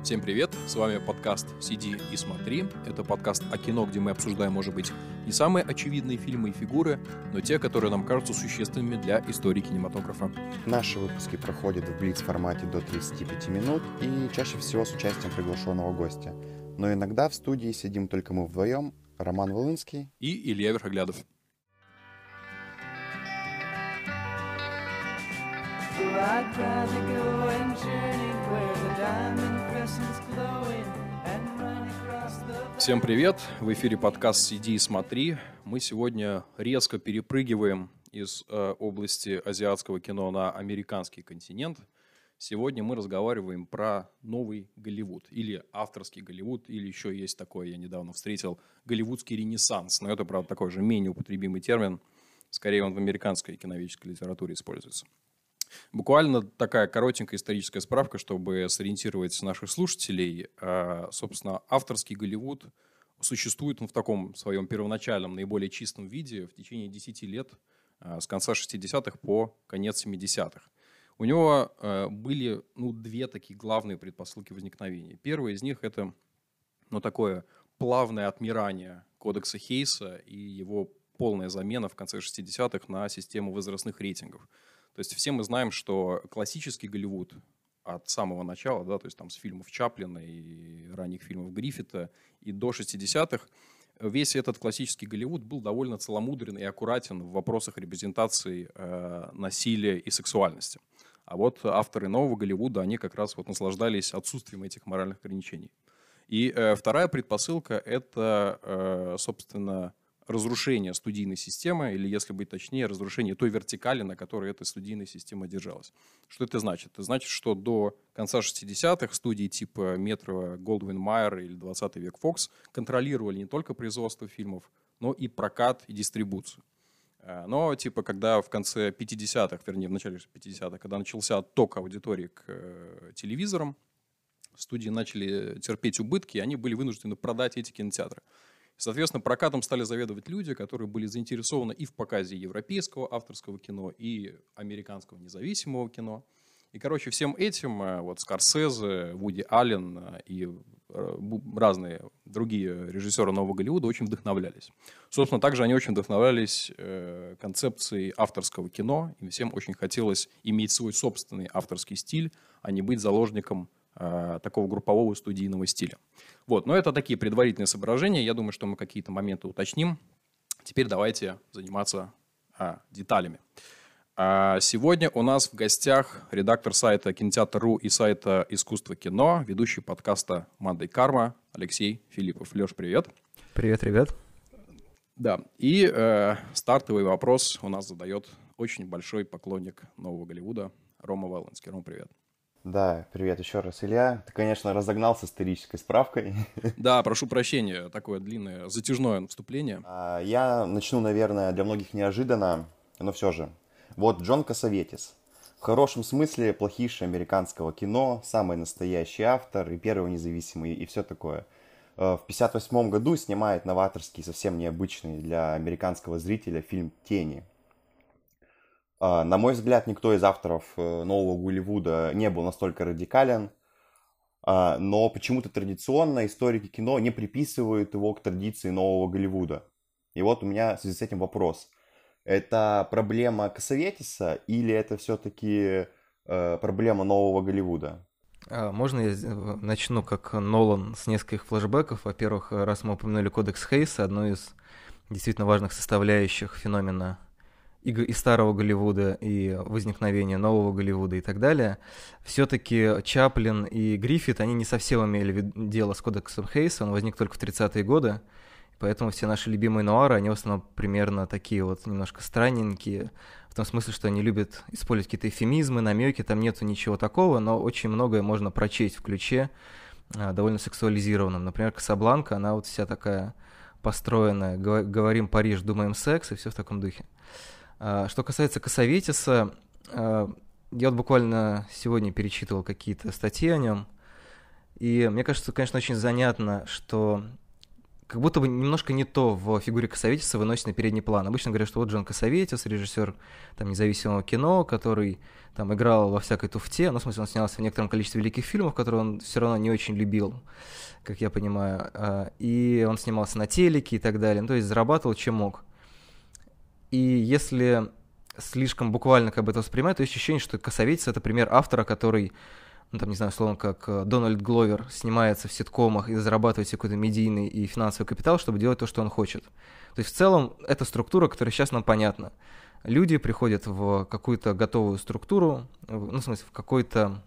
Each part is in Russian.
Всем привет, с вами подкаст «Сиди и смотри». Это подкаст о кино, где мы обсуждаем, может быть, не самые очевидные фильмы и фигуры, но те, которые нам кажутся существенными для истории кинематографа. Наши выпуски проходят в блиц-формате до 35 минут и чаще всего с участием приглашенного гостя. Но иногда в студии сидим только мы вдвоем, Роман Волынский И Илья Верхоглядов. Всем привет! В эфире подкаст «Сиди и смотри». Мы сегодня резко перепрыгиваем из области азиатского кино на американский континент. Сегодня мы разговариваем про новый Голливуд, или авторский Голливуд, или еще есть такой, я недавно встретил, голливудский ренессанс. Но это, правда, такой же менее употребимый термин. Скорее, он в американской киноведческой литературе используется. Буквально такая коротенькая историческая справка, чтобы сориентировать наших слушателей. Собственно, авторский Голливуд существует в таком своем первоначальном, наиболее чистом виде в течение 10 лет, с конца 60-х по конец 70-х. У него были две такие главные предпосылки возникновения. Первая из них – это такое плавное отмирание кодекса Хейса и его полная замена в конце 60-х на систему возрастных рейтингов. То есть все мы знаем, что классический Голливуд от самого начала, да, то есть там с фильмов Чаплина и ранних фильмов Гриффита и до 60-х, весь этот классический Голливуд был довольно целомудрен и аккуратен в вопросах репрезентации насилия и сексуальности. А вот авторы нового Голливуда, они как раз наслаждались отсутствием этих моральных ограничений. И вторая предпосылка – это, собственно, разрушение студийной системы, или, если быть точнее, разрушение той вертикали, на которой эта студийная система держалась. Что это значит? Это значит, что до конца 60-х студии типа Метро, Голдвин Майер или 20 век Фокс контролировали не только производство фильмов, но и прокат и дистрибуцию. Но когда в конце 50-х, вернее, в начале 50-х, когда начался отток аудитории к телевизорам, студии начали терпеть убытки, и они были вынуждены продать эти кинотеатры. Соответственно, прокатом стали заведовать люди, которые были заинтересованы и в показе европейского авторского кино, и американского независимого кино. И, всем этим Скорсезе, Вуди Аллен и разные другие режиссеры нового Голливуда очень вдохновлялись. Собственно, также они очень вдохновлялись концепцией авторского кино. Им всем очень хотелось иметь свой собственный авторский стиль, а не быть заложником такого группового студийного стиля. Но это такие предварительные соображения. Я думаю, что мы какие-то моменты уточним. Теперь давайте заниматься деталями. Сегодня у нас в гостях редактор сайта Кинотеатр.ру и сайта Искусство кино, ведущий подкаста «Мандай Карма» Алексей Филиппов. Леш, привет. Привет, ребят. Да, и стартовый вопрос у нас задает очень большой поклонник нового Голливуда Рома Волынский. Ром, привет. Да, привет еще раз, Илья. Ты, конечно, разогнал с исторической справкой. Да, прошу прощения, такое длинное, затяжное вступление. Я начну, наверное, для многих неожиданно, но все же. Джон Касаветис. В хорошем смысле плохиша американского кино, самый настоящий автор и первый независимый, и все такое. В 1958 году снимает новаторский, совсем необычный для американского зрителя фильм «Тени». На мой взгляд, никто из авторов нового Голливуда не был настолько радикален, но почему-то традиционно историки кино не приписывают его к традиции нового Голливуда. И у меня в связи с этим вопрос. Это проблема Касаветиса или это все-таки проблема нового Голливуда? Можно я начну как Нолан с нескольких флешбеков? Во-первых, раз мы упомянули кодекс Хейса, одну из действительно важных составляющих феномена и старого Голливуда, и возникновения нового Голливуда и так далее, все-таки Чаплин и Гриффит, они не совсем имели дело с кодексом Хейса, он возник только в 30-е годы, поэтому все наши любимые нуары, они в основном примерно такие немножко странненькие, в том смысле, что они любят использовать какие-то эвфемизмы, намеки, там нету ничего такого, но очень многое можно прочесть в ключе довольно сексуализированном. Например, Касабланка, она вся такая построенная, говорим Париж, думаем секс, и все в таком духе. Что касается Касаветиса, я буквально сегодня перечитывал какие-то статьи о нем, и мне кажется, конечно, очень занятно, что как будто бы немножко не то в фигуре Кассаветиса выносит на передний план. Обычно говорят, что вот Джон Кассаветис, режиссер там независимого кино, который там играл во всякой туфте, ну, в смысле, он снялся в некотором количестве великих фильмов, которые он все равно не очень любил, как я понимаю, и он снимался на телеке и так далее, ну, то есть зарабатывал чем мог. И если слишком буквально как бы это воспринимать, то есть ощущение, что Кассаветис — это пример автора, который, ну, там, не знаю, условно, как Дональд Гловер снимается в ситкомах и зарабатывает себе какой-то медийный и финансовый капитал, чтобы делать то, что он хочет. То есть в целом это структура, которая сейчас нам понятна. Люди приходят в какую-то готовую структуру, ну, в смысле, в какой-то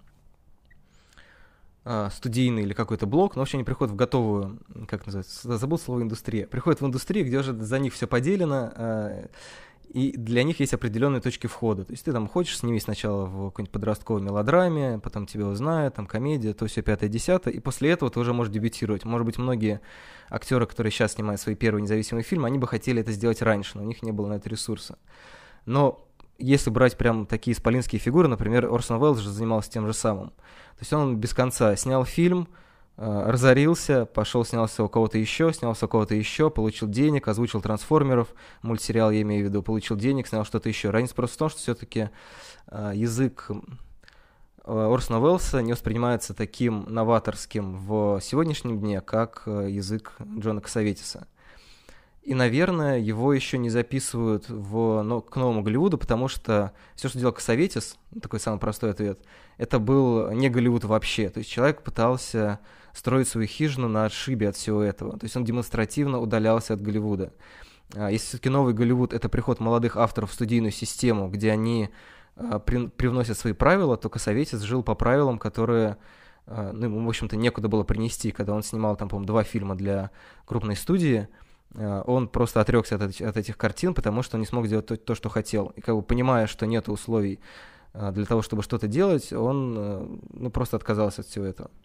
студийный или какой-то блок, но вообще они приходят в готовую, как называется, забыл слово индустрия, приходят в индустрию, где уже за них все поделено, и для них есть определенные точки входа. То есть ты там хочешь, сними сначала в какой-нибудь подростковой мелодраме, потом тебя узнают, там комедия, то все 5-10, и после этого ты уже можешь дебютировать. Может быть, многие актеры, которые сейчас снимают свои первые независимые фильмы, они бы хотели это сделать раньше, но у них не было на это ресурса. Но если брать прям такие исполинские фигуры, например, Орсон Уэллс же занимался тем же самым. То есть он без конца снял фильм, разорился, пошел, снялся у кого-то еще, получил денег, озвучил «Трансформеров», мультсериал, я имею в виду, получил денег, снял что-то еще. Разница просто в том, что все-таки язык Орсона Уэллса не воспринимается таким новаторским в сегодняшнем дне, как язык Джона Кассаветиса. И, наверное, его еще не записывают к новому Голливуду, потому что все, что делал Кассаветис, такой самый простой ответ, это был не Голливуд вообще. То есть человек пытался строить свою хижину на отшибе от всего этого. То есть он демонстративно удалялся от Голливуда. Если все-таки новый Голливуд — это приход молодых авторов в студийную систему, где они привносят свои правила, то Кассаветис жил по правилам, которые, ну, ему, в общем-то, некуда было принести. Когда он снимал, там, по-моему, 2 фильма для крупной студии, он просто отрекся от этих картин, потому что он не смог сделать то, что хотел. И как бы понимая, что нет условий для того, чтобы что-то делать, он просто отказался от всего этого.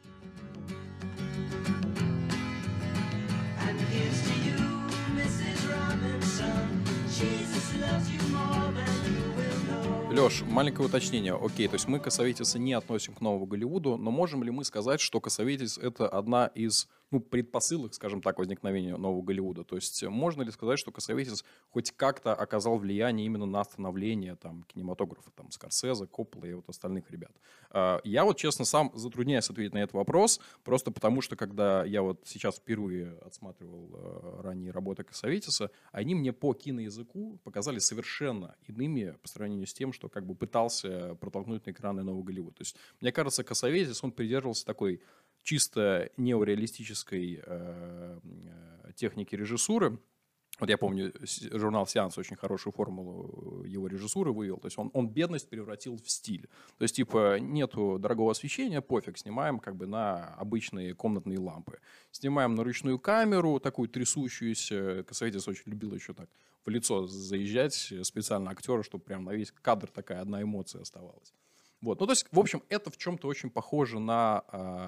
Лёш, маленькое уточнение. Окей, то есть мы Кассаветиса не относим к новому Голливуду, но можем ли мы сказать, что Кассаветис — это одна из предпосылок, скажем так, возникновения нового Голливуда? То есть можно ли сказать, что Кассаветис хоть как-то оказал влияние именно на становление там кинематографа, там, Скорсезе, Коппола и вот остальных ребят? Я вот, честно, сам затрудняюсь ответить на этот вопрос, просто потому что, когда я вот сейчас впервые отсматривал ранние работы Кассаветиса, они мне по киноязыку показались совершенно иными по сравнению с тем, что как бы пытался протолкнуть на экраны нового Голливуда. То есть, мне кажется, Кассаветис, он придерживался такой чисто неореалистической техники режиссуры. Вот я помню, журнал «Сеанс» очень хорошую формулу его режиссуры вывел. То есть он бедность превратил в стиль. То есть типа нету дорогого освещения, пофиг, снимаем как бы на обычные комнатные лампы. Снимаем на ручную камеру, такую трясущуюся. Кассаветис очень любил еще так в лицо заезжать специально актера, чтобы прям на весь кадр такая одна эмоция оставалась. Вот. Ну, то есть, в общем, это в чем-то очень похоже на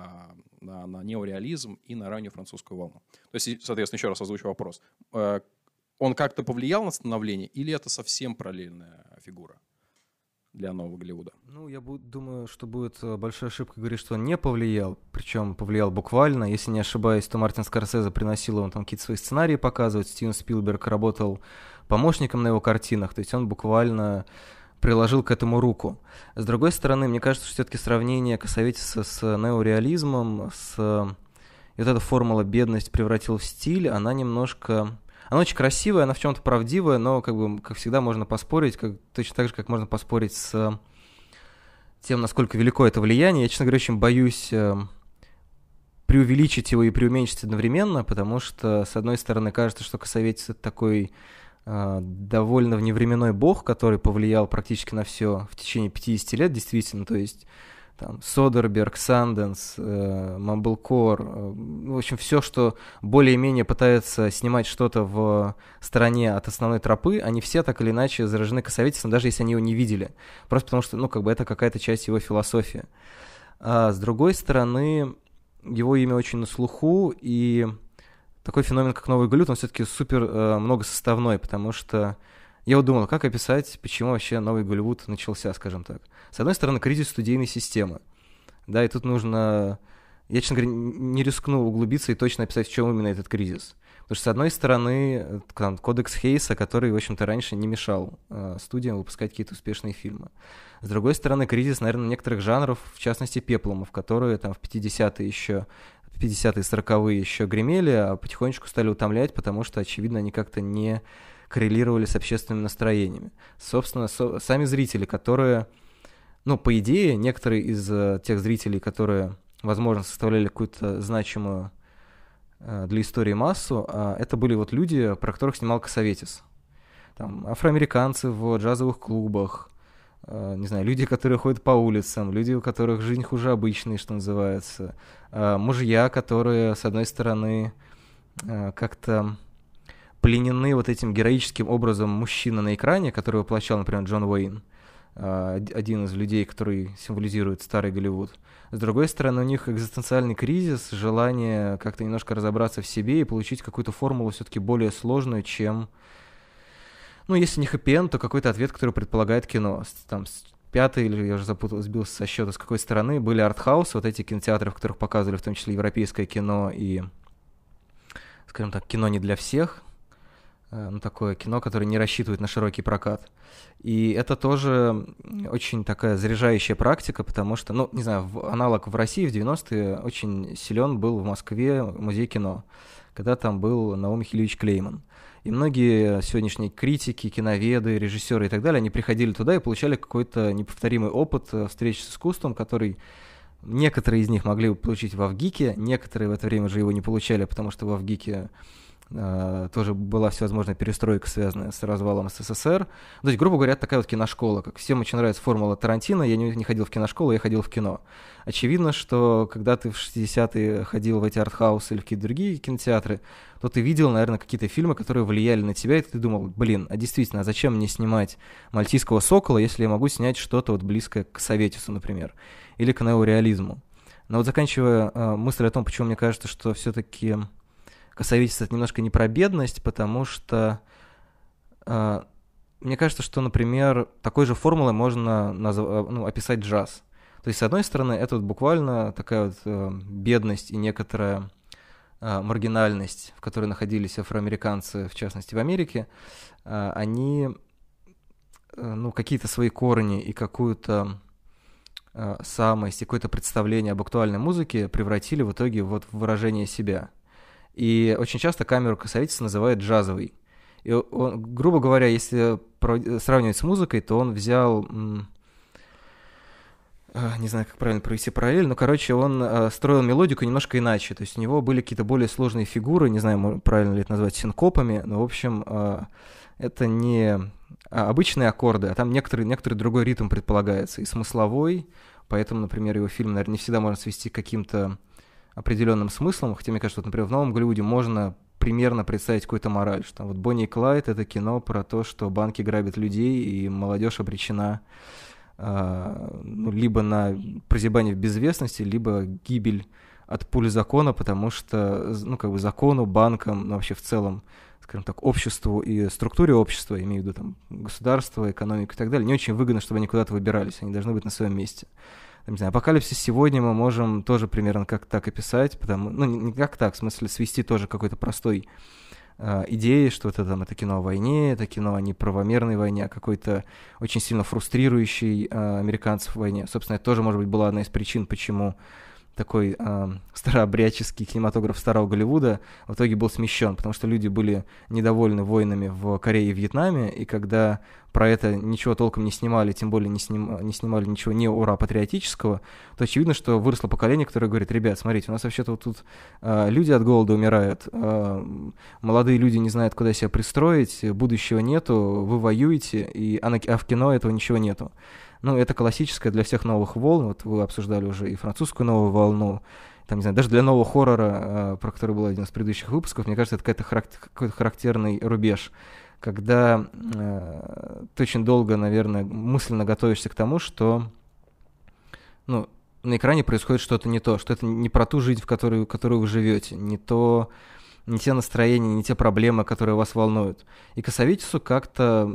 неореализм и на раннюю французскую волну. То есть, соответственно, еще раз озвучу вопрос. Он как-то повлиял на становление или это совсем параллельная фигура для нового Голливуда? Ну, я думаю, что будет большой ошибкой говорить, что он не повлиял, причем повлиял буквально. Если не ошибаюсь, то Мартин Скорсезе приносил ему там какие-то свои сценарии показывать, Стивен Спилберг работал помощником на его картинах, то есть он буквально приложил к этому руку. С другой стороны, мне кажется, что все-таки сравнение Кассаветиса с неореализмом, и вот эта формула «бедность превратил в стиль», она немножко... Она очень красивая, она в чем-то правдивая, но, как всегда, можно поспорить, точно так же, как можно поспорить с тем, насколько велико это влияние. Я, честно говоря, очень боюсь преувеличить его и преуменьшить одновременно, потому что, с одной стороны, кажется, что Кассаветис — это такой довольно вневременной бог, который повлиял практически на все в течение 50 лет, действительно, то есть там Содерберг, Санденс, Мамблкор, в общем, все, что более-менее пытается снимать что-то в стороне от основной тропы, они все так или иначе заражены Кассаветисом, даже если они его не видели, просто потому что, это какая-то часть его философии. А с другой стороны, его имя очень на слуху, и такой феномен, как новый Голливуд, он все-таки супер многосоставной, потому что я вот думал, как описать, почему вообще новый Голливуд начался, скажем так. С одной стороны, кризис студийной системы. Да, и тут нужно я, честно говоря, не рискну углубиться и точно описать, в чем именно этот кризис. Потому что, с одной стороны, там, кодекс Хейса, который, в общем-то, раньше не мешал студиям выпускать какие-то успешные фильмы. С другой стороны, кризис, наверное, некоторых жанров, в частности, пеплумов, которые там в 50-е еще, 50-е, 40-е еще гремели, а потихонечку стали утомлять, потому что, очевидно, они как-то не коррелировали с общественными настроениями. Собственно, сами зрители, которые, ну, по идее, некоторые из тех зрителей, которые, возможно, составляли какую-то значимую для истории массу, это были вот люди, про которых снимал Кассаветис. Там афроамериканцы в джазовых клубах, не знаю, люди, которые ходят по улицам, люди, у которых жизнь хуже обычной, что называется, мужья, которые, с одной стороны, как-то пленены вот этим героическим образом мужчины на экране, который воплощал, например, Джон Уэйн, один из людей, который символизирует старый Голливуд. С другой стороны, у них экзистенциальный кризис, желание как-то немножко разобраться в себе и получить какую-то формулу все-таки более сложную, чем, ну, если не хэппи-энд, то какой-то ответ, который предполагает кино. Там с пятой, или я уже сбился со счета, с какой стороны, были артхаусы, вот эти кинотеатры, в которых показывали в том числе европейское кино и, скажем так, кино не для всех, ну, такое кино, которое не рассчитывает на широкий прокат. И это тоже очень такая заряжающая практика, потому что, ну, не знаю, аналог в России в 90-е очень силен был в Москве музей кино, когда там был Наум Михайлович Клейман. И многие сегодняшние критики, киноведы, режиссеры и так далее, они приходили туда и получали какой-то неповторимый опыт встречи с искусством, который некоторые из них могли бы получить в Авгике, некоторые в это время уже его не получали, потому что в Авгике тоже была всевозможная перестройка, связанная с развалом СССР. То есть, грубо говоря, такая вот киношкола. Как всем очень нравится формула Тарантино, я не ходил в киношколу, я ходил в кино. Очевидно, что когда ты в 60-е ходил в эти артхаусы или в какие-то другие кинотеатры, то ты видел, наверное, какие-то фильмы, которые влияли на тебя, и ты думал, блин, а действительно, а зачем мне снимать «Мальтийского сокола», если я могу снять что-то вот близкое к Советису, например, или к неореализму. Но вот заканчивая мысль о том, почему мне кажется, что все-таки Кассаветис — это немножко не про бедность, потому что мне кажется, что, например, такой же формулой можно описать джаз. То есть, с одной стороны, это вот буквально такая вот бедность и некоторая маргинальность, в которой находились афроамериканцы, в частности, в Америке, они какие-то свои корни и какую-то самость, и какое-то представление об актуальной музыке превратили в итоге вот в выражение себя. И очень часто камеру Кассаветиса называют джазовой. И он, грубо говоря, если сравнивать с музыкой, то он взял, не знаю, как правильно провести параллель, но, короче, он строил мелодику немножко иначе. То есть у него были какие-то более сложные фигуры, не знаю, правильно ли это назвать синкопами, но, в общем, это не обычные аккорды, а там некоторый другой ритм предполагается, и смысловой, поэтому, например, его фильм, наверное, не всегда можно свести к каким-то определенным смыслом, хотя мне кажется, вот, например, в «Новом Голливуде» можно примерно представить какую-то мораль, что вот «Бонни и Клайд» — это кино про то, что банки грабят людей, и молодежь обречена либо на прозябание в безвестности, либо гибель от пули закона, потому что, закону, банкам, вообще в целом, скажем так, обществу и структуре общества, имею в виду там государство, экономику и так далее, не очень выгодно, чтобы они куда-то выбирались, они должны быть на своем месте. Не знаю, апокалипсис сегодня мы можем тоже примерно как так описать, не как так, в смысле свести тоже к какой-то простой идеи, что это кино о войне, это кино о неправомерной войне, о какой-то очень сильно фрустрирующей американцев войне. Собственно, это тоже, может быть, была одна из причин, почему такой старообрядческий кинематограф старого Голливуда в итоге был смещен, потому что люди были недовольны войнами в Корее и Вьетнаме, и когда про это ничего толком не снимали, тем более не снимали ничего не ура-патриотического, то очевидно, что выросло поколение, которое говорит: ребят, смотрите, у нас вообще-то вот тут люди от голода умирают, молодые люди не знают, куда себя пристроить, будущего нету, вы воюете, а в кино этого ничего нету. Это классическое для всех новых волн. Вот вы обсуждали уже и французскую новую волну, там, не знаю, даже для нового хоррора, про который был один из предыдущих выпусков, мне кажется, это какой-то характерный рубеж, когда ты очень долго, наверное, мысленно готовишься к тому, что на экране происходит что-то не то, что это не про ту жизнь, в которую вы живете, не те настроения, не те проблемы, которые вас волнуют. И Кассаветису как-то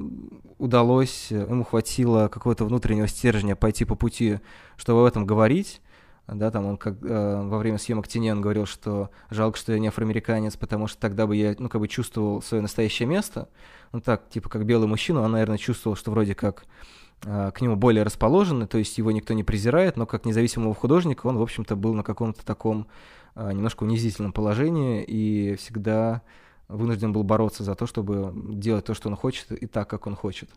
удалось, ему хватило какого-то внутреннего стержня пойти по пути, чтобы об этом говорить, Да, там он во время съемок «Тенен» говорил, что жалко, что я не афроамериканец, потому что тогда бы я, чувствовал свое настоящее место. Ну так, типа как белый мужчина, он, наверное, чувствовал, что вроде как к нему более расположены, то есть его никто не презирает, но как независимого художника он, в общем-то, был на каком-то таком немножко унизительном положении и всегда вынужден был бороться за то, чтобы делать то, что он хочет, и так, как он хочет.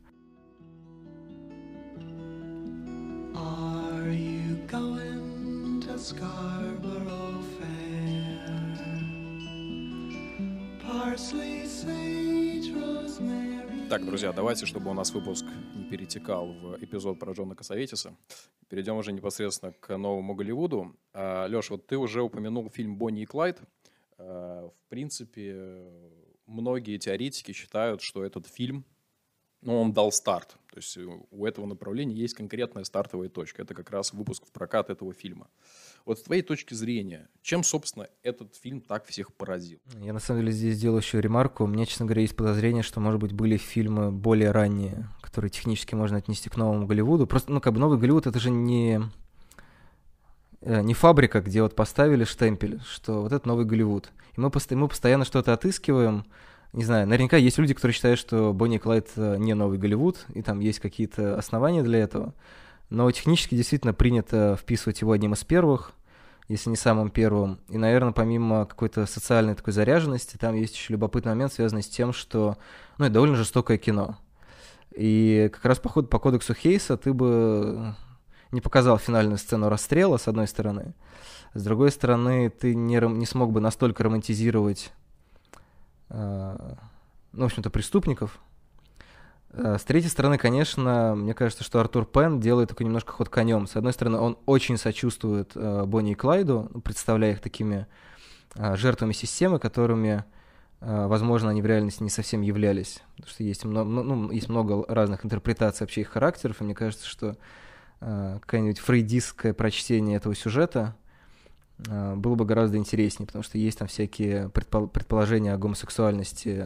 Так, друзья, давайте, чтобы у нас выпуск не перетекал в эпизод про Джона Касаветиса, перейдем уже непосредственно к новому Голливуду. Леш, вот ты уже упомянул фильм «Бонни и Клайд». В принципе, многие теоретики считают, что этот фильм, он дал старт. То есть у этого направления есть конкретная стартовая точка. Это как раз выпуск в прокат этого фильма. Вот с твоей точки зрения, чем, собственно, этот фильм так всех поразил? Я, на самом деле, здесь сделаю еще ремарку. У меня, честно говоря, есть подозрение, что, может быть, были фильмы более ранние, которые технически можно отнести к новому Голливуду. Просто, новый Голливуд — это же не фабрика, где вот поставили штемпель, что вот это новый Голливуд. И мы постоянно что-то отыскиваем. Не знаю, наверняка есть люди, которые считают, что Бонни и Клайд не новый Голливуд, и там есть какие-то основания для этого. Но технически действительно принято вписывать его одним из первых, если не самым первым. И, наверное, помимо какой-то социальной такой заряженности, там есть еще любопытный момент, связанный с тем, что это довольно жестокое кино. И как раз по кодексу Хейса ты бы не показал финальную сцену расстрела, с одной стороны. С другой стороны, ты не смог бы настолько романтизировать, в общем-то, преступников. С третьей стороны, конечно, мне кажется, что Артур Пен делает такой немножко ход конем. С одной стороны, он очень сочувствует Бонни и Клайду, представляя их такими жертвами системы, которыми, возможно, они в реальности не совсем являлись. Потому что есть много разных интерпретаций вообще их характеров, и мне кажется, что какое-нибудь фрейдистское прочтение этого сюжета было бы гораздо интереснее, потому что есть там всякие предположения о гомосексуальности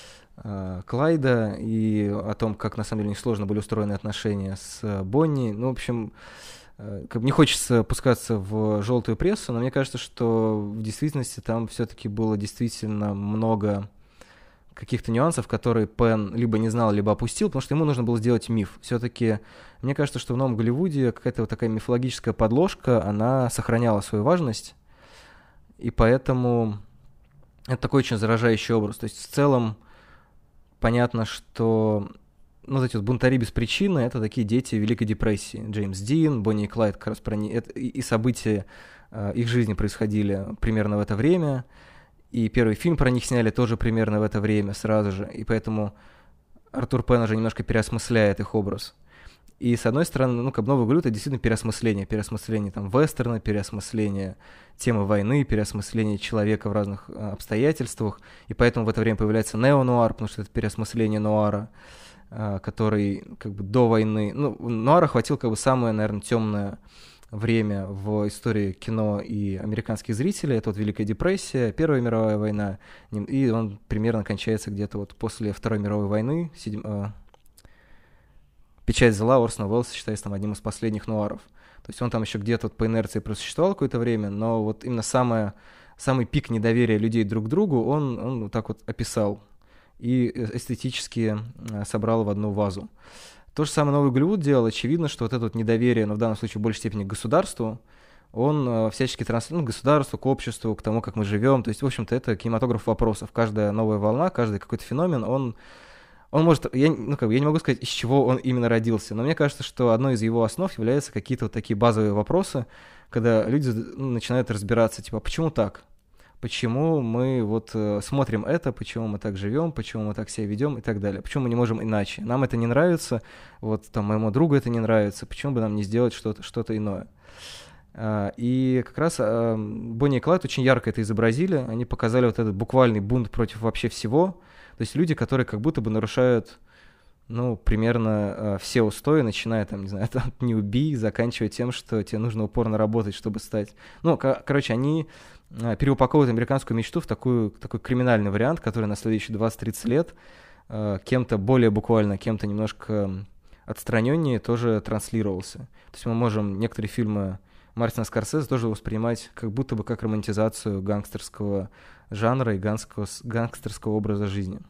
Клайда и о том, как на самом деле сложно были устроены отношения с Бонни. В общем, не хочется пускаться в желтую прессу, но мне кажется, что в действительности там все-таки было действительно много каких-то нюансов, которые Пен либо не знал, либо опустил, потому что ему нужно было сделать миф. Все-таки мне кажется, что в новом Голливуде какая-то вот такая мифологическая подложка, она сохраняла свою важность, и поэтому это такой очень заражающий образ. То есть в целом понятно, что эти вот бунтари без причины — это такие дети Великой депрессии. Джеймс Дин, Бонни и Клайд, как раз про них. И события их жизни происходили примерно в это время. И первый фильм про них сняли тоже примерно в это время, сразу же. И поэтому Артур Пен уже немножко переосмысляет их образ. И, с одной стороны, новый Голливуд — это действительно переосмысление там вестерна, переосмысление темы войны, переосмысление человека в разных обстоятельствах. И поэтому в это время появляется неонуар, потому что это переосмысление нуара, который до войны... Нуар охватил самое, наверное, темное время в истории кино и американских зрителей. Это вот Великая депрессия, Первая мировая война, и он примерно кончается где-то вот после Второй мировой войны. «Печать зла» Орсона Уэллса считается там одним из последних нуаров. То есть он там еще где-то по инерции просуществовал какое-то время, но вот именно самый пик недоверия людей друг к другу он вот так вот описал и эстетически собрал в одну вазу. То же самое новый Голливуд делал. Очевидно, что вот это вот недоверие, но в данном случае в большей степени к государству, он всячески транслирует к государству, к обществу, к тому, как мы живем. То есть, в общем-то, это кинематограф вопросов. Каждая новая волна, каждый какой-то феномен, он может... Я не могу сказать, из чего он именно родился, но мне кажется, что одной из его основ являются какие-то вот такие базовые вопросы, когда люди начинают разбираться, типа, почему так? Почему мы вот смотрим это, почему мы так живем, почему мы так себя ведем и так далее. Почему мы не можем иначе? Нам это не нравится, вот там моему другу это не нравится, почему бы нам не сделать что-то иное? И как раз Бонни и Клайд очень ярко это изобразили, они показали вот этот буквальный бунт против вообще всего, то есть люди, которые как будто бы нарушают, примерно все устои, начиная там, не знаю, от «не убий», заканчивая тем, что тебе нужно упорно работать, чтобы стать... они переупаковывают американскую мечту в такой криминальный вариант, который на следующие 20-30 лет кем-то более буквально, кем-то немножко отстраненнее тоже транслировался. То есть некоторые фильмы Мартина Скорсезе тоже воспринимать как будто бы как романтизацию гангстерского жанра и гангстерского образа жизни.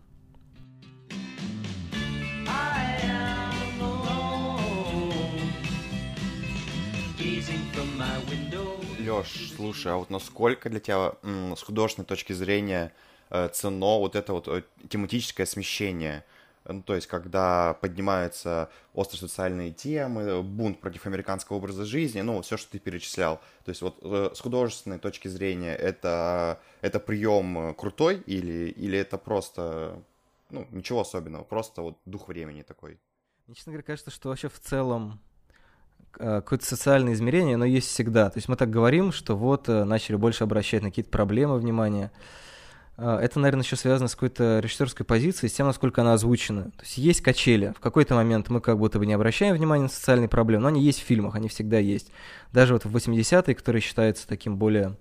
Лёш, слушай, а вот насколько для тебя с художественной точки зрения ценно вот это вот тематическое смещение? Ну, то есть, когда поднимаются остросоциальные темы, бунт против американского образа жизни, ну, все, что ты перечислял. То есть, вот с художественной точки зрения это прием крутой или это просто, ну, ничего особенного, просто вот дух времени такой? Мне, честно говоря, кажется, что вообще в целом какое-то социальное измерение, оно есть всегда. То есть мы так говорим, что вот начали больше обращать на какие-то проблемы внимание. Это, наверное, еще связано с какой-то режиссерской позицией, с тем, насколько она озвучена. То есть есть качели. В какой-то момент мы как будто бы не обращаем внимания на социальные проблемы, но они есть в фильмах, они всегда есть. Даже вот в 80-е, которые считаются таким более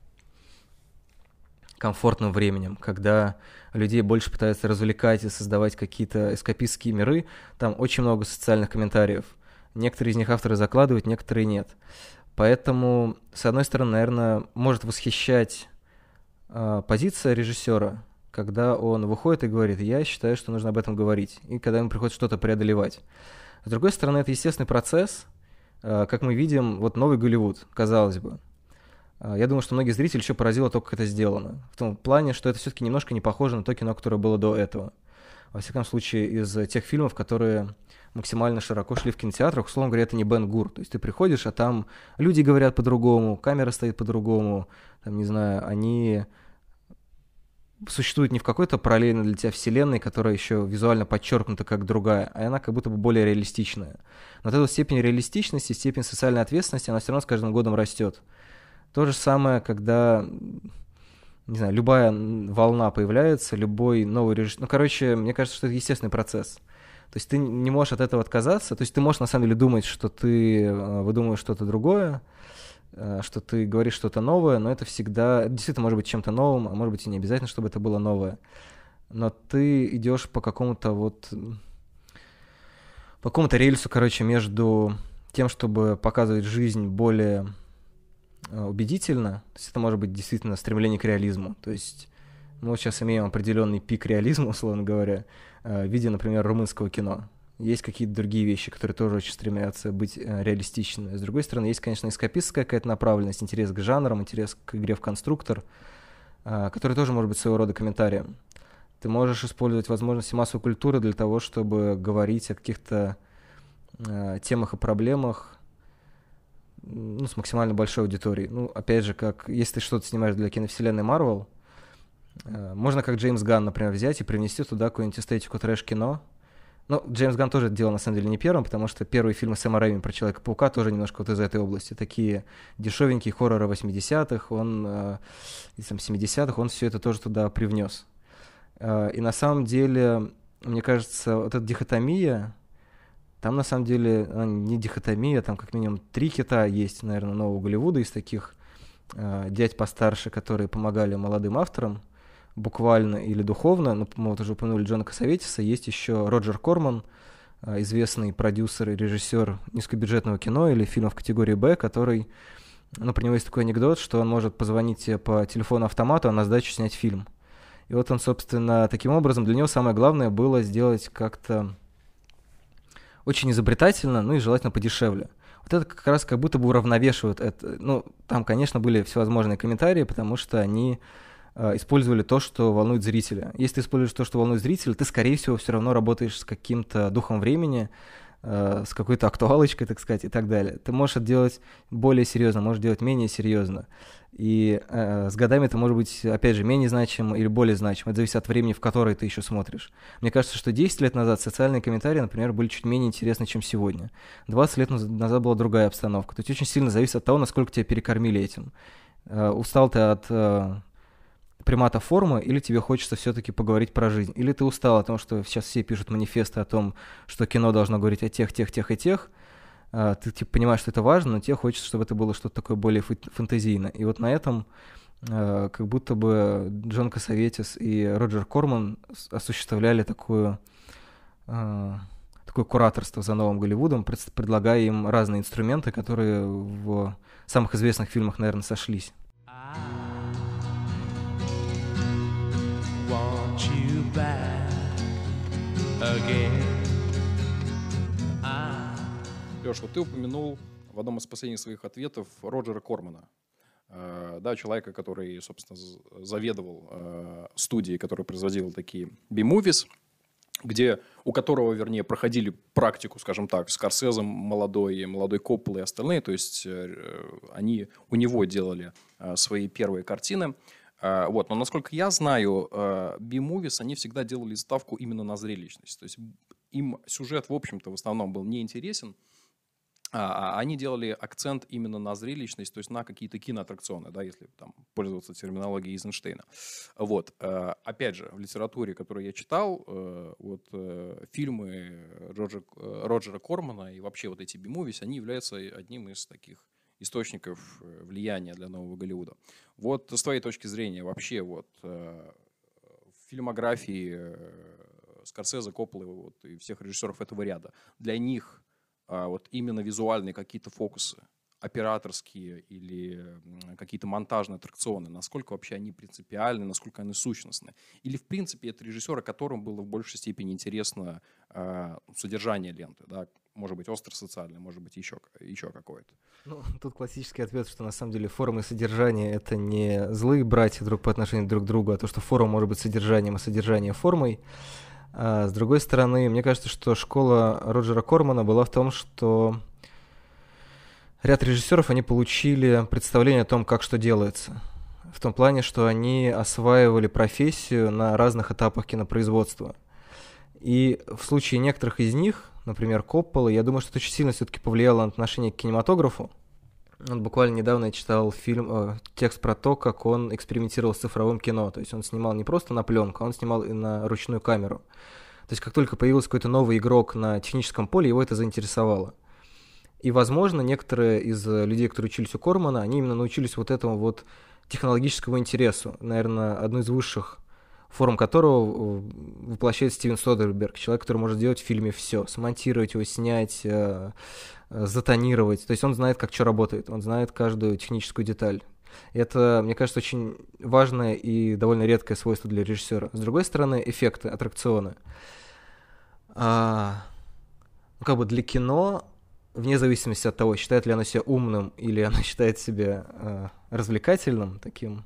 комфортным временем, когда людей больше пытаются развлекать и создавать какие-то эскапистские миры, там очень много социальных комментариев. Некоторые из них авторы закладывают, некоторые нет. Поэтому, с одной стороны, наверное, может восхищать позиция режиссера, когда он выходит и говорит: я считаю, что нужно об этом говорить, и когда ему приходится что-то преодолевать. С другой стороны, это естественный процесс, как мы видим, вот новый Голливуд, казалось бы. Я думаю, что многих зрителей еще поразило то, как это сделано. В том плане, что это все-таки немножко не похоже на то кино, которое было до этого. Во всяком случае, из тех фильмов, которые максимально широко шли в кинотеатрах, условно говоря, это не Бен Гур. То есть ты приходишь, а там люди говорят по-другому, камера стоит по-другому, там, не знаю, они существует не в какой-то параллельной для тебя вселенной, которая еще визуально подчеркнута как другая, а она как будто бы более реалистичная. Но вот эта степень реалистичности, степень социальной ответственности, она все равно с каждым годом растет. То же самое, когда, не знаю, любая волна появляется, любой новый режим. Ну, короче, мне кажется, что это естественный процесс. То есть ты не можешь от этого отказаться. То есть ты можешь на самом деле думать, что ты выдумываешь что-то другое, что ты говоришь что-то новое, но это всегда действительно может быть чем-то новым, а может быть и не обязательно, чтобы это было новое. Но ты идешь по какому-то рельсу, короче, между тем, чтобы показывать жизнь более убедительно. То есть это может быть действительно стремление к реализму. То есть мы вот сейчас имеем определенный пик реализма, условно говоря, в виде, например, румынского кино. Есть какие-то другие вещи, которые тоже очень стремятся быть реалистичными. С другой стороны, есть, конечно, эскапистская какая-то направленность, интерес к жанрам, интерес к игре в конструктор, который тоже может быть своего рода комментарием. Ты можешь использовать возможности массовой культуры для того, чтобы говорить о каких-то темах и проблемах, ну, с максимально большой аудиторией. Ну, опять же, как если ты что-то снимаешь для киновселенной Marvel, можно как Джеймс Ганн, например, взять и привнести туда какую-нибудь эстетику трэш-кино. Ну, Джеймс Ганн тоже это делал, на самом деле, не первым, потому что первые фильмы Сэма Рэйми про Человека-паука тоже немножко вот из этой области. Такие дешевенькие хорроры 80-х, он, и 70-х, он все это тоже туда привнес. И на самом деле, мне кажется, вот эта дихотомия, там на самом деле не дихотомия, там как минимум 3 кита есть, наверное, нового Голливуда из таких дядь постарше, которые помогали молодым авторам, буквально или духовно. Ну, мы вот уже упомянули Джона Кассаветиса, есть еще Роджер Корман, известный продюсер и режиссер низкобюджетного кино или фильмов категории «Б», который, ну, про него есть такой анекдот, что он может позвонить тебе по телефону-автомату, а на сдачу снять фильм. И вот он, собственно, таким образом, для него самое главное было сделать как-то очень изобретательно, ну и желательно подешевле. Вот это как раз как будто бы уравновешивает это. Ну, там, конечно, были всевозможные комментарии, потому что они использовали то, что волнует зрителя. Если ты используешь то, что волнует зрителя, ты, скорее всего, все равно работаешь с каким-то духом времени, с какой-то актуалочкой, так сказать, и так далее. Ты можешь это делать более серьезно, можешь делать менее серьезно. И с годами это может быть, опять же, менее значимо или более значимо. Это зависит от времени, в которое ты еще смотришь. Мне кажется, что 10 лет назад социальные комментарии, например, были чуть менее интересны, чем сегодня. 20 лет назад была другая обстановка. То есть очень сильно зависит от того, насколько тебя перекормили этим. Устал ты от примата формы, или тебе хочется все-таки поговорить про жизнь, или ты устал от того, что сейчас все пишут манифесты о том, что кино должно говорить о тех и тех, ты типа понимаешь, что это важно, но тебе хочется, чтобы это было что-то такое более фантазийное. И вот на этом как будто бы Джон Кассаветис и Роджер Корман осуществляли такое кураторство за новым Голливудом, предлагая им разные инструменты, которые в самых известных фильмах, наверное, сошлись. Леш, вот ты упомянул в одном из последних своих ответов Роджера Кормана, да, человека, который, собственно, заведовал студией, которая производила такие B-movies, у которого, вернее, проходили практику, скажем так, Скорсезе, молодой Коппола и остальные, то есть они у него делали свои первые картины. Вот. Но, насколько я знаю, B-movies, они всегда делали ставку именно на зрелищность. То есть им сюжет, в общем-то, в основном был неинтересен, а они делали акцент именно на зрелищность, то есть на какие-то киноаттракционы, да, если там пользоваться терминологией Эйзенштейна. Вот. Опять же, в литературе, которую я читал, фильмы Роджера Кормана и вообще вот эти B-movies, они являются одним из таких источников влияния для нового Голливуда. Вот с твоей точки зрения вообще вот в фильмографии Скорсезе, Копполы и всех режиссеров этого ряда, для них вот именно визуальные какие-то фокусы, операторские или какие-то монтажные аттракционы, насколько вообще они принципиальны, насколько они сущностны? Или, в принципе, это режиссеры, которым было в большей степени интересно содержание ленты, да? Может быть, остро-социальное, может быть, еще какое-то. Ну, тут классический ответ, что на самом деле форма и содержание — это не злые братья друг по отношению друг к другу, а то, что форма может быть содержанием, а содержание — формой. А с другой стороны, мне кажется, что школа Роджера Кормана была в том, что ряд режиссеров, они получили представление о том, как что делается. В том плане, что они осваивали профессию на разных этапах кинопроизводства. И в случае некоторых из них, например, Коппола, я думаю, что это очень сильно все-таки повлияло на отношение к кинематографу. Вот буквально недавно я читал текст про то, как он экспериментировал с цифровым кино. То есть он снимал не просто на пленку, а он снимал и на ручную камеру. То есть как только появился какой-то новый игрок на техническом поле, его это заинтересовало. И, возможно, некоторые из людей, которые учились у Кормана, они именно научились вот этому вот технологическому интересу. Наверное, одну из высших форм которого воплощает Стивен Содерберг, человек, который может сделать в фильме все, смонтировать его, снять, затонировать. То есть он знает, как что работает, он знает каждую техническую деталь. И это, мне кажется, очень важное и довольно редкое свойство для режиссера. С другой стороны, эффекты, аттракционы. Для кино, вне зависимости от того, считает ли оно себя умным или оно считает себя развлекательным, таким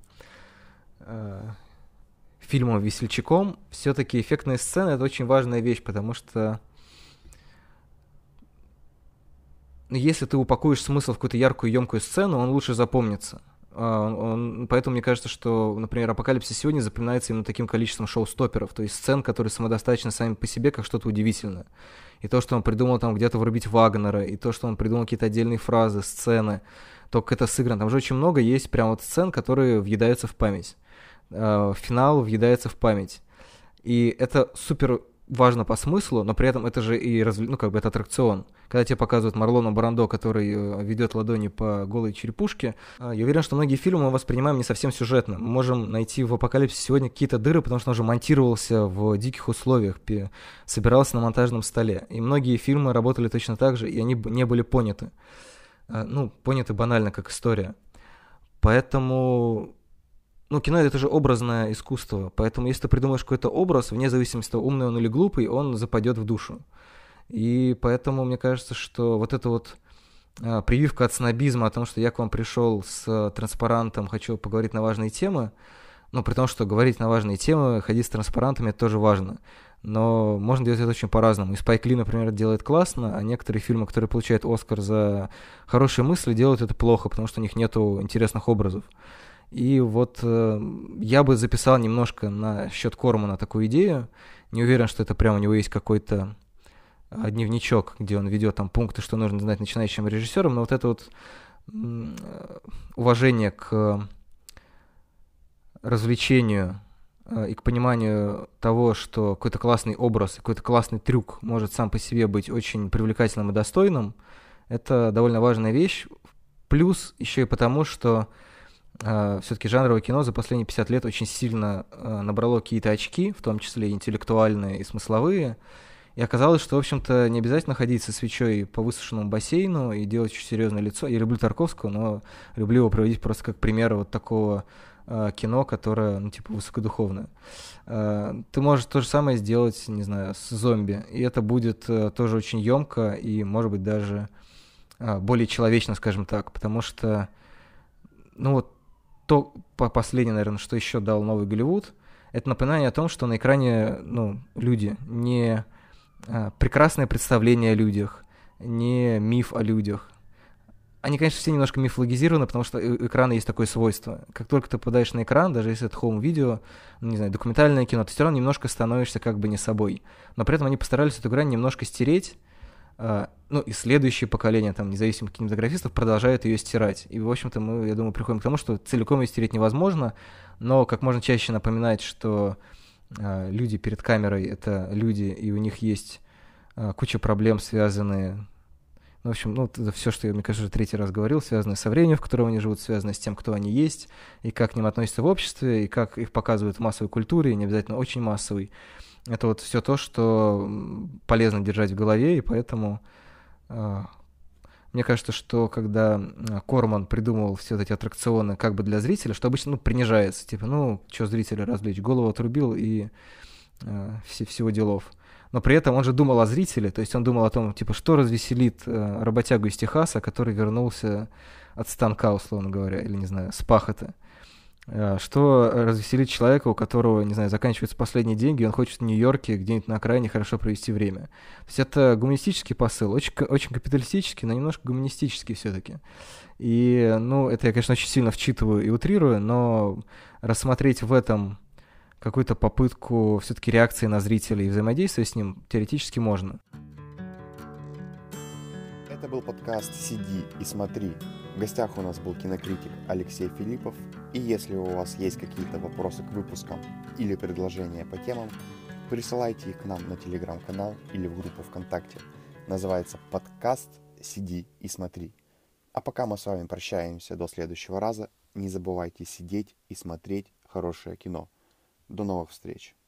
фильмом-весельчаком, все-таки эффектные сцены — это очень важная вещь, потому что если ты упакуешь смысл в какую-то яркую, емкую сцену, он лучше запомнится. Поэтому мне кажется, что, например, «Апокалипсис сегодня» запоминается именно таким количеством шоу-стопперов, то есть сцен, которые самодостаточны сами по себе, как что-то удивительное. И то, что он придумал там где-то врубить Вагнера, и то, что он придумал какие-то отдельные фразы, сцены, то, как это сыграно. Там же очень много есть прям вот сцен, которые въедаются в память. Финал въедается в память. И это супер важно по смыслу, но при этом это же и это аттракцион. Когда тебе показывают Марлона Брандо, который ведет ладони по голой черепушке, я уверен, что многие фильмы мы воспринимаем не совсем сюжетно. Мы можем найти в «Апокалипсисе сегодня» какие-то дыры, потому что он уже монтировался в диких условиях, собирался на монтажном столе. И многие фильмы работали точно так же, и они не были поняты. Поняты банально, как история. Поэтому... кино — это же образное искусство, поэтому если ты придумаешь какой-то образ, вне зависимости от того, умный он или глупый, он западет в душу. И поэтому мне кажется, что вот эта вот прививка от снобизма о том, что я к вам пришел с транспарантом, хочу поговорить на важные темы, при том, что говорить на важные темы, ходить с транспарантами — это тоже важно. Но можно делать это очень по-разному. И Спайк Ли, например, делает классно, а некоторые фильмы, которые получают «Оскар» за хорошие мысли, делают это плохо, потому что у них нету интересных образов. И вот я бы записал немножко на счет Кормана такую идею. Не уверен, что это прям у него есть какой-то дневничок, где он ведет там пункты, что нужно знать начинающим режиссерам, но вот это вот уважение к развлечению и к пониманию того, что какой-то классный образ, какой-то классный трюк может сам по себе быть очень привлекательным и достойным, это довольно важная вещь. Плюс еще и потому, что все-таки жанровое кино за последние 50 лет очень сильно набрало какие-то очки, в том числе интеллектуальные и смысловые, И оказалось, что, в общем-то, не обязательно ходить со свечой по высушенному бассейну и делать очень серьезное лицо. Я люблю Тарковского, но люблю его приводить просто как пример вот такого кино, которое, ну, типа, высокодуховное. Ты можешь то же самое сделать, не знаю, с зомби, и это будет тоже очень емко и, может быть, даже более человечно, скажем так, потому что, ну вот, то последнее, наверное, что еще дал новый Голливуд, это напоминание о том, что на экране, ну, люди, не прекрасное представление о людях, не миф о людях. Они, конечно, все немножко мифологизированы, потому что у экрана есть такое свойство. Как только ты попадаешь на экран, даже если это хоум-видео, ну, не знаю, документальное кино, ты все равно немножко становишься как бы не собой. Но при этом они постарались эту грань немножко стереть, ну, и следующее поколение, там, независимых кинематографистов продолжают ее стирать. И, в общем-то, мы, я думаю, приходим к тому, что целиком ее стереть невозможно, но как можно чаще напоминать, что люди перед камерой — это люди, и у них есть куча проблем, связанные... Ну, в общем, ну, это все, что я, мне кажется, уже третий раз говорил, связанное со временем, в котором они живут, связанное с тем, кто они есть, и как к ним относятся в обществе, и как их показывают в массовой культуре, и не обязательно очень массовой. Это вот все то, что полезно держать в голове, и поэтому мне кажется, что когда Корман придумывал все вот эти аттракционы как бы для зрителя, что обычно, ну, принижается, типа, ну, что зрителя развлечь, голову отрубил и всего делов. Но при этом он же думал о зрителе, то есть он думал о том, типа, что развеселит работягу из Техаса, который вернулся от станка, условно говоря, или, не знаю, с пахоты. Что развеселит человека, у которого, не знаю, заканчиваются последние деньги, и он хочет в Нью-Йорке где-нибудь на окраине хорошо провести время. То есть это гуманистический посыл, очень, очень капиталистический, но немножко гуманистический все-таки. И, ну, это я, конечно, очень сильно вчитываю и утрирую, но рассмотреть в этом какую-то попытку все-таки реакции на зрителя и взаимодействия с ним теоретически можно. Это был подкаст «Сиди и смотри». В гостях у нас был кинокритик Алексей Филиппов. И если у вас есть какие-то вопросы к выпускам или предложения по темам, присылайте их к нам на телеграм-канал или в группу ВКонтакте. Называется подкаст «Сиди и смотри». А пока мы с вами прощаемся до следующего раза, не забывайте сидеть и смотреть хорошее кино. До новых встреч!